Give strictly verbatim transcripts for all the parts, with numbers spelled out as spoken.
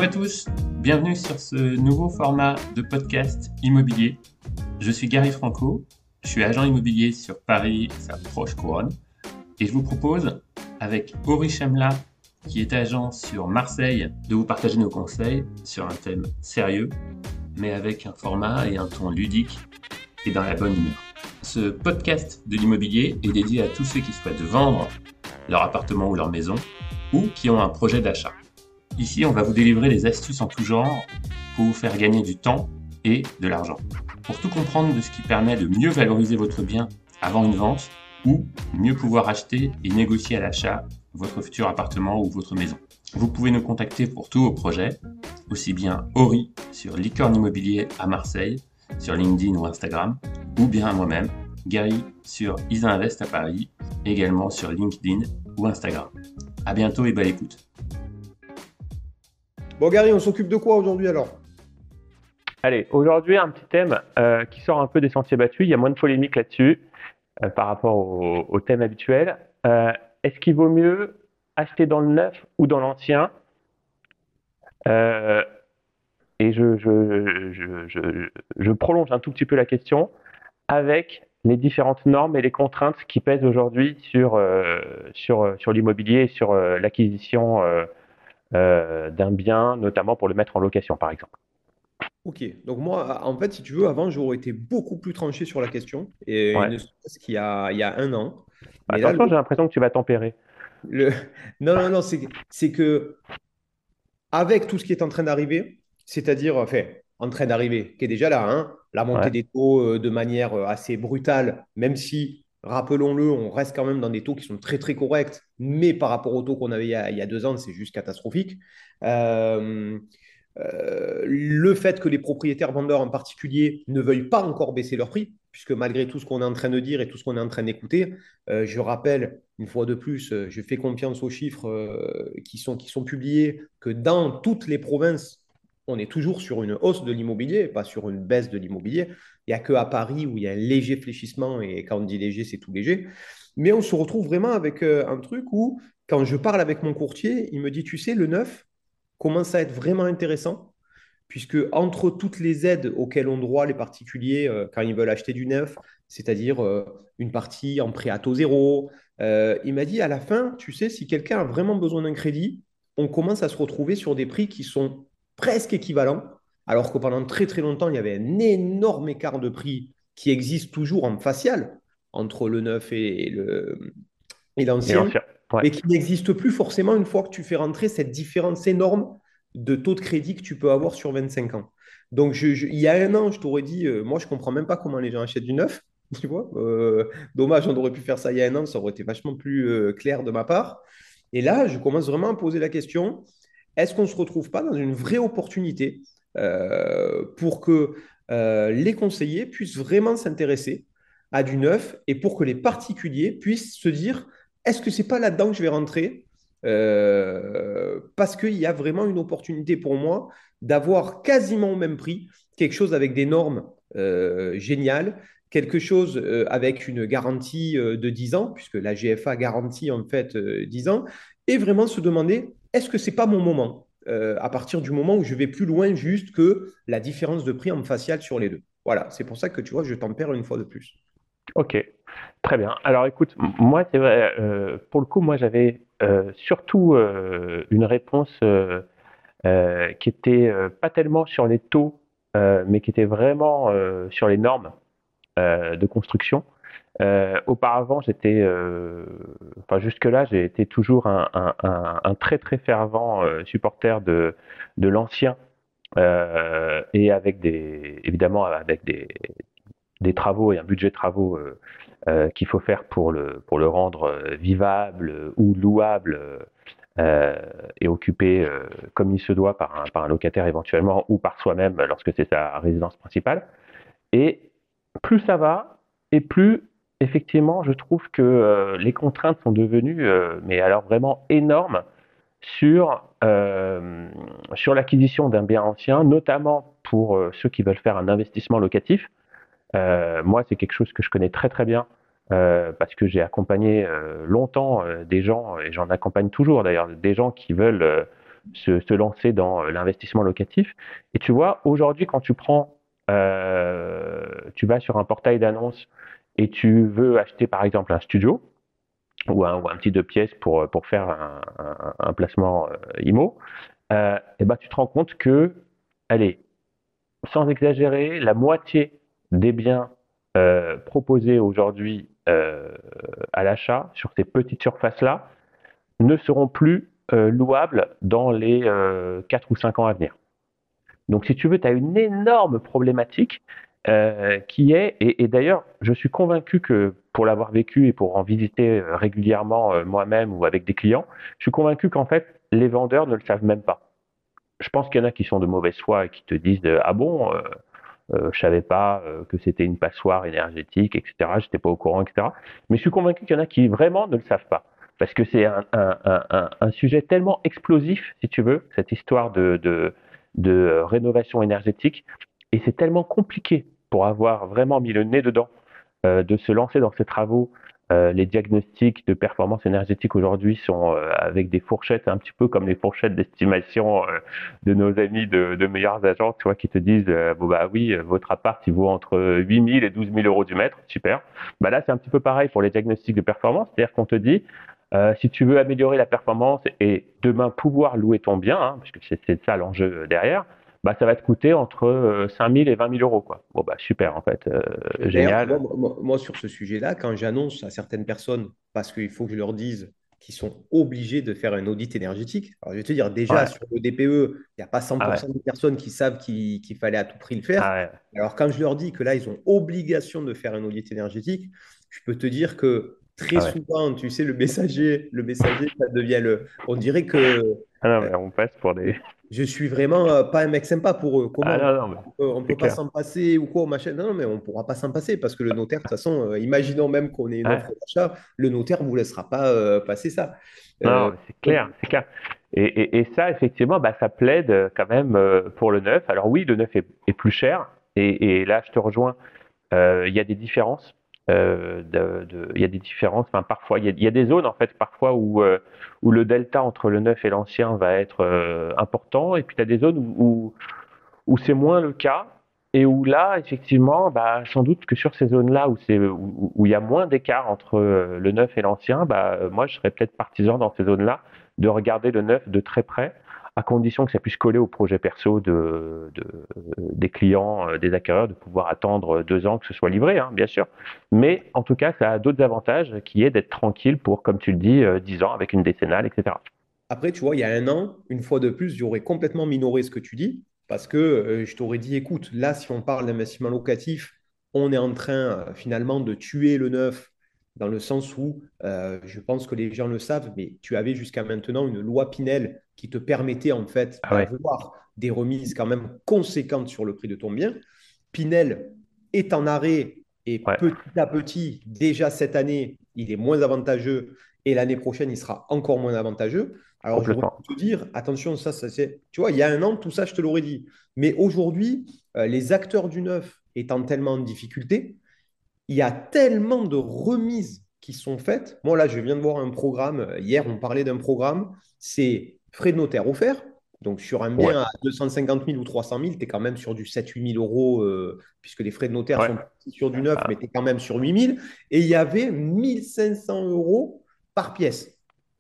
Bonjour à tous, bienvenue sur ce nouveau format de podcast immobilier. Je suis Gary Franco, je suis agent immobilier sur Paris et sa proche couronne et je vous propose, avec Ori Chemla, qui est agent sur Marseille, de vous partager nos conseils sur un thème sérieux, mais avec un format et un ton ludique et dans la bonne humeur. Ce podcast de l'immobilier est dédié à tous ceux qui souhaitent vendre leur appartement ou leur maison ou qui ont un projet d'achat. Ici, on va vous délivrer des astuces en tout genre pour vous faire gagner du temps et de l'argent. Pour tout comprendre de ce qui permet de mieux valoriser votre bien avant une vente ou mieux pouvoir acheter et négocier à l'achat votre futur appartement ou votre maison. Vous pouvez nous contacter pour tous vos projets, aussi bien Ori sur Licorne Immobilier à Marseille, sur LinkedIn ou Instagram, ou bien moi-même, Gary sur Isa Invest à Paris, également sur LinkedIn ou Instagram. À bientôt et bonne écoute. Bon Gary, on s'occupe de quoi aujourd'hui alors ? Allez, aujourd'hui un petit thème euh, qui sort un peu des sentiers battus, il y a moins de polémique là-dessus euh, par rapport au, au thème habituel. Euh, est-ce qu'il vaut mieux acheter dans le neuf ou dans l'ancien ? euh, Et je, je, je, je, je prolonge un tout petit peu la question avec les différentes normes et les contraintes qui pèsent aujourd'hui sur, euh, sur, sur l'immobilier et sur euh, l'acquisition euh, euh, d'un bien, notamment pour le mettre en location par exemple. Ok, donc moi, en fait, si tu veux, avant, j'aurais été beaucoup plus tranché sur la question, et Ouais. ne serait-ce qu'il y a, il y a un an. Mais là, Attention, le, j'ai l'impression que tu vas tempérer. le- non, non, non, c'est, c'est que avec tout ce qui est en train d'arriver, c'est-à-dire, enfin, en train d'arriver, qui est déjà là, hein, la montée Ouais. des taux euh, de manière euh, assez brutale, même si, rappelons-le, on reste quand même dans des taux qui sont très, très corrects, mais par rapport aux taux qu'on avait il y a, il y a deux ans, c'est juste catastrophique. Euh, euh, le fait que les propriétaires vendeurs en particulier ne veuillent pas encore baisser leur prix, puisque malgré tout ce qu'on est en train de dire et tout ce qu'on est en train d'écouter, euh, je rappelle une fois de plus, euh, je fais confiance aux chiffres euh, qui sont, qui sont publiés, que dans toutes les provinces, on est toujours sur une hausse de l'immobilier, pas sur une baisse de l'immobilier. Il n'y a que à Paris où il y a un léger fléchissement, et quand on dit léger, c'est tout léger. Mais on se retrouve vraiment avec euh, un truc où, quand je parle avec mon courtier, il me dit, tu sais, le neuf commence à être vraiment intéressant, puisque entre toutes les aides auxquelles ont droit les particuliers euh, quand ils veulent acheter du neuf, c'est-à-dire euh, une partie en prêt à taux zéro, euh, il m'a dit à la fin, tu sais, si quelqu'un a vraiment besoin d'un crédit, on commence à se retrouver sur des prix qui sont presque équivalents, alors que pendant très très longtemps, il y avait un énorme écart de prix qui existe toujours en facial entre le neuf et, le, et Et l'ancien, l'ancien. Ouais. mais qui n'existe plus forcément une fois que tu fais rentrer cette différence énorme de taux de crédit que tu peux avoir sur vingt-cinq ans. Donc, je, je, il y a un an, je t'aurais dit, euh, moi, je ne comprends même pas comment les gens achètent du neuf. Tu vois, euh, dommage, on aurait pu faire ça il y a un an, ça aurait été vachement plus euh, clair de ma part. Et là, je commence vraiment à poser la question, est-ce qu'on ne se retrouve pas dans une vraie opportunité euh, pour que euh, les conseillers puissent vraiment s'intéresser à du neuf et pour que les particuliers puissent se dire, est-ce que c'est pas là-dedans que je vais rentrer euh, parce qu'il y a vraiment une opportunité pour moi d'avoir quasiment au même prix quelque chose avec des normes euh, géniales, quelque chose euh, avec une garantie euh, de dix ans, puisque la G F A garantit en fait euh, dix ans, et vraiment se demander, est-ce que c'est pas mon moment euh, à partir du moment où je vais plus loin juste que la différence de prix en facial sur les deux. Voilà, c'est pour ça que tu vois, je tempère une fois de plus. Ok, très bien. Alors écoute, m- moi c'est vrai, euh, pour le coup, moi j'avais euh, surtout euh, une réponse euh, euh, qui était euh, pas tellement sur les taux, euh, mais qui était vraiment euh, sur les normes euh, de construction. Euh, auparavant, j'étais, euh, enfin jusque-là, j'ai été toujours un, un- un- un très très fervent euh, supporter de, de l'ancien euh, et avec des, évidemment avec des, des travaux et un budget de travaux euh, euh, qu'il faut faire pour le, pour le rendre euh, vivable ou louable euh, et occupé euh, comme il se doit par un, par un locataire éventuellement ou par soi-même lorsque c'est sa résidence principale. Et plus ça va, et plus effectivement je trouve que euh, les contraintes sont devenues, euh, mais alors vraiment énormes, sur, euh, sur l'acquisition d'un bien ancien, notamment pour euh, ceux qui veulent faire un investissement locatif. Euh, moi, c'est quelque chose que je connais très très bien euh, parce que j'ai accompagné euh, longtemps euh, des gens, et j'en accompagne toujours d'ailleurs, des gens qui veulent euh, se, se lancer dans l'investissement locatif. Et tu vois, aujourd'hui, quand tu prends, euh, tu vas sur un portail d'annonces et tu veux acheter par exemple un studio ou un, ou un petit deux pièces pour, pour faire un, un, un placement euh, IMO, euh, et ben, tu te rends compte que, allez, sans exagérer, la moitié des biens euh, proposés aujourd'hui euh, à l'achat sur ces petites surfaces-là ne seront plus euh, louables dans les euh, quatre ou cinq ans à venir. Donc, si tu veux, tu as une énorme problématique euh, qui est, et, et d'ailleurs, je suis convaincu que pour l'avoir vécu et pour en visiter euh, régulièrement euh, moi-même ou avec des clients, je suis convaincu qu'en fait, les vendeurs ne le savent même pas. Je pense qu'il y en a qui sont de mauvaise foi et qui te disent euh, ah bon, euh, euh, je savais pas euh, que c'était une passoire énergétique, et cetera. J'étais pas au courant, et cetera. Mais je suis convaincu qu'il y en a qui vraiment ne le savent pas. Parce que c'est un, un, un, un sujet tellement explosif, si tu veux, cette histoire de, de, de rénovation énergétique. Et c'est tellement compliqué pour avoir vraiment mis le nez dedans, euh, de se lancer dans ces travaux. Euh, les diagnostics de performance énergétique aujourd'hui sont euh, avec des fourchettes, un petit peu comme les fourchettes d'estimation euh, de nos amis de, de meilleurs agents, tu vois, qui te disent euh, bon bah oui, votre appart il vaut entre huit mille et douze mille euros du mètre, super. Bah là c'est un petit peu pareil pour les diagnostics de performance, c'est-à-dire qu'on te dit euh, si tu veux améliorer la performance et demain pouvoir louer ton bien, hein, parce que c'est, c'est ça l'enjeu derrière, bah ça va te coûter entre euh, cinq mille et vingt mille euros quoi. Bon bah super en fait, euh, D'ailleurs, tu vois, génial. moi, moi, sur ce sujet-là, quand j'annonce à certaines personnes, parce qu'il faut que je leur dise qu'ils sont obligés de faire un audit énergétique, alors je vais te dire, déjà, Ouais, sur le D P E, il n'y a pas ah ouais, cent pour cent des personnes qui savent qu'il qu'il fallait à tout prix le faire. ah ouais, Alors, quand je leur dis que là, ils ont obligation de faire un audit énergétique, je peux te dire que très ah ouais. souvent, tu sais, le messager, le messager, ça devient le. On dirait que Ah non euh, mais on passe pour des. je suis vraiment euh, pas un mec sympa pour eux. Ah Comment? non non mais On ne c'est peut pas clair. s'en passer ou quoi, machin. Non, non, mais on ne pourra pas s'en passer parce que le notaire, de toute façon, euh, imaginons même qu'on ait une Ouais. offre d'achat, le notaire ne vous laissera pas euh, passer ça. Non, Euh, mais c'est donc, clair, c'est clair. Et, et, et ça, effectivement, bah, ça plaide euh, quand même euh, pour le neuf. Alors oui, le neuf est, est plus cher. Et, et là, je te rejoins. euh, Il y a des différences. Euh, de, de- il y a des différences. Enfin, parfois, il y a, il y a des zones en fait, parfois où euh, où le delta entre le neuf et l'ancien va être euh, important. Et puis, tu as des zones où, où, où c'est moins le cas. Et où là, effectivement, bah, sans doute que sur ces zones-là où c'est où, où il y a moins d'écart entre euh, le neuf et l'ancien, bah, euh, moi, je serais peut-être partisan dans ces zones-là de regarder le neuf de très près, à condition que ça puisse coller au projet perso de, de- des clients, euh, des acquéreurs, de pouvoir attendre deux ans que ce soit livré, hein, bien sûr. Mais en tout cas, ça a d'autres avantages qui est d'être tranquille pour, comme tu le dis, euh, dix ans avec une décennale, et cetera. après, tu vois, il y a un an, une fois de plus, j'aurais complètement minoré ce que tu dis parce que euh, je t'aurais dit, écoute, là, si on parle d'investissement locatif, on est en train euh, finalement de tuer le neuf dans le sens où euh, je pense que les gens le savent, mais tu avais jusqu'à maintenant une loi Pinel qui te permettait en fait Ah ouais, d'avoir des remises quand même conséquentes sur le prix de ton bien. Pinel est en arrêt et ouais, petit à petit, déjà cette année, il est moins avantageux et l'année prochaine, il sera encore moins avantageux. Alors, j'aurais complètement. pu te dire, attention, ça, ça c'est. Tu vois, il y a un an, tout ça, je te l'aurais dit. Mais aujourd'hui, euh, les acteurs du neuf étant tellement en difficulté, il y a tellement de remises qui sont faites. Moi, là, je viens de voir un programme. euh, Hier, on parlait d'un programme. C'est frais de notaire offerts. Donc, sur un Ouais, bien à deux cent cinquante mille ou trois cent mille, tu es quand même sur du sept huit mille euros, euh, puisque les frais de notaire ouais. sont sur du neuf, mais Ah, tu es quand même sur huit mille. Et il y avait mille cinq cents euros par pièce.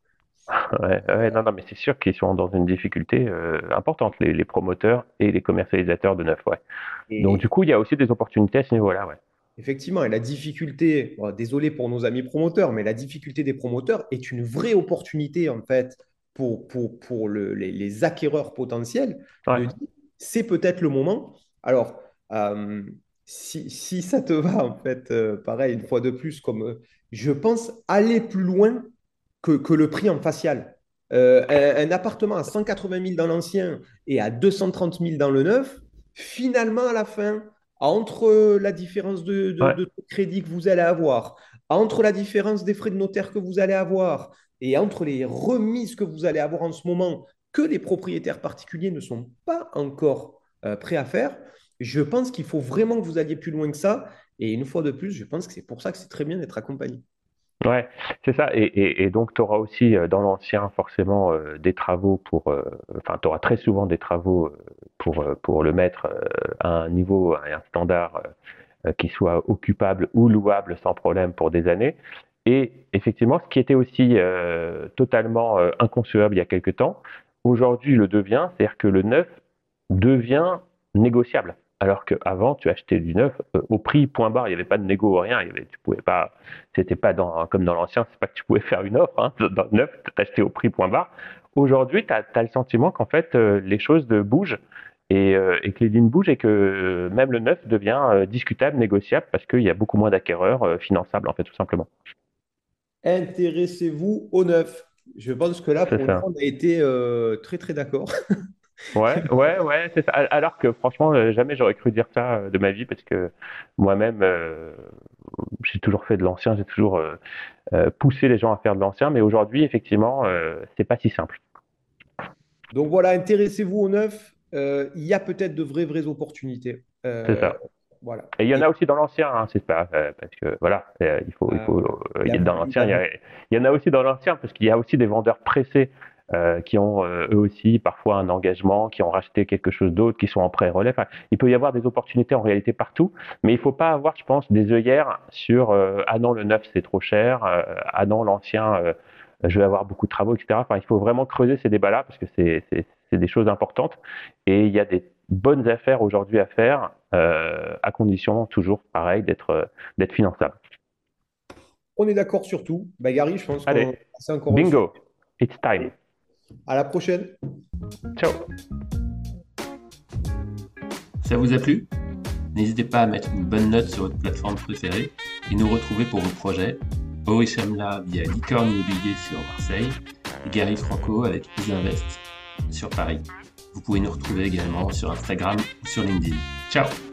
ouais, ouais, non, non, mais c'est sûr qu'ils sont dans une difficulté euh, importante, les, les promoteurs et les commercialisateurs de neuf, ouais. Donc du Et coup, il y a aussi des opportunités à ce niveau-là, ouais. effectivement, et la difficulté, bon, désolé pour nos amis promoteurs, mais la difficulté des promoteurs est une vraie opportunité en fait pour, pour, pour le- les, les acquéreurs potentiels Ouais, de dire c'est peut-être le moment. Alors, euh, si, si ça te va en fait, euh, pareil, une fois de plus, comme euh, je pense aller plus loin que, que le prix en facial. Euh, un, un appartement à cent quatre-vingt mille dans l'ancien et à deux cent trente mille dans le neuf, finalement à la fin entre la différence de, de, ouais, de crédit que vous allez avoir, entre la différence des frais de notaire que vous allez avoir et entre les remises que vous allez avoir en ce moment que les propriétaires particuliers ne sont pas encore euh, prêts à faire, je pense qu'il faut vraiment que vous alliez plus loin que ça. Et une fois de plus, je pense que c'est pour ça que c'est très bien d'être accompagné. Ouais, c'est ça. Et, et, et donc, tu auras aussi euh, dans l'ancien forcément euh, des travaux pour. euh, Enfin, tu auras très souvent des travaux euh, pour, euh, pour le mettre euh, à un niveau, à un standard euh, qui soit occupable ou louable sans problème pour des années. Et effectivement, ce qui était aussi euh, totalement euh, inconcevable il y a quelque temps, aujourd'hui le devient, c'est-à-dire que le neuf devient négociable. Alors qu'avant, tu achetais du neuf euh, au prix point barre, il n'y avait pas de négo, rien. Il y avait, tu pouvais pas, c'était pas dans, comme dans l'ancien, c'est pas que tu pouvais faire une offre. Hein, dans le neuf, tu achetais au prix point barre. Aujourd'hui, tu as le sentiment qu'en fait, euh, les choses de bougent et, euh, et que les lignes bougent et que euh, même le neuf devient euh, discutable, négociable parce qu'il y a beaucoup moins d'acquéreurs euh, finançables, en fait, tout simplement. Intéressez-vous au neuf. Je pense que là, C'est pour une ça. fois, on a été euh, très, très d'accord. Ouais, ouais, ouais, c'est ça. Alors que franchement, euh, jamais j'aurais cru dire ça euh, de ma vie parce que moi-même, euh, j'ai toujours fait de l'ancien, j'ai toujours euh, euh, poussé les gens à faire de l'ancien, mais aujourd'hui, effectivement, euh, c'est pas si simple. Donc voilà, intéressez-vous au neuf. Euh, il y a peut-être de vraies, vraies opportunités. C'est Euh, ça. voilà. Et il y en Et a aussi dans l'ancien, hein, c'est pas euh, parce que voilà, euh, il faut, il euh, faut, euh, il y il y a a- dans beaucoup l'ancien, il y, d'avant. a- il y en a aussi dans l'ancien parce qu'il y a aussi des vendeurs pressés euh, qui ont euh, eux aussi parfois un engagement, qui ont racheté quelque chose d'autre, qui sont en pré-relais. Enfin, il peut y avoir des opportunités en réalité partout, mais il faut pas avoir, je pense, des œillères sur euh, ah non le neuf c'est trop cher, euh, ah non l'ancien euh, je vais avoir beaucoup de travaux, et cetera. Enfin, il faut vraiment creuser ces débats-là parce que c'est c'est c'est des choses importantes et il y a des bonnes affaires aujourd'hui à faire, euh, à condition toujours pareil d'être euh, d'être finançable. On est d'accord sur tout. Bah, Gary, je pense qu'on Allez, a passé encore un super. bingo, it's time. À la prochaine. Ciao. Ça vous a plu? N'hésitez pas à mettre une bonne note sur votre plateforme préférée et nous retrouver pour vos projets. Orichamla via Licorne Immobilier sur Marseille et Gary Franco avec Isinvest sur Paris. Vous pouvez nous retrouver également sur Instagram ou sur LinkedIn. Ciao!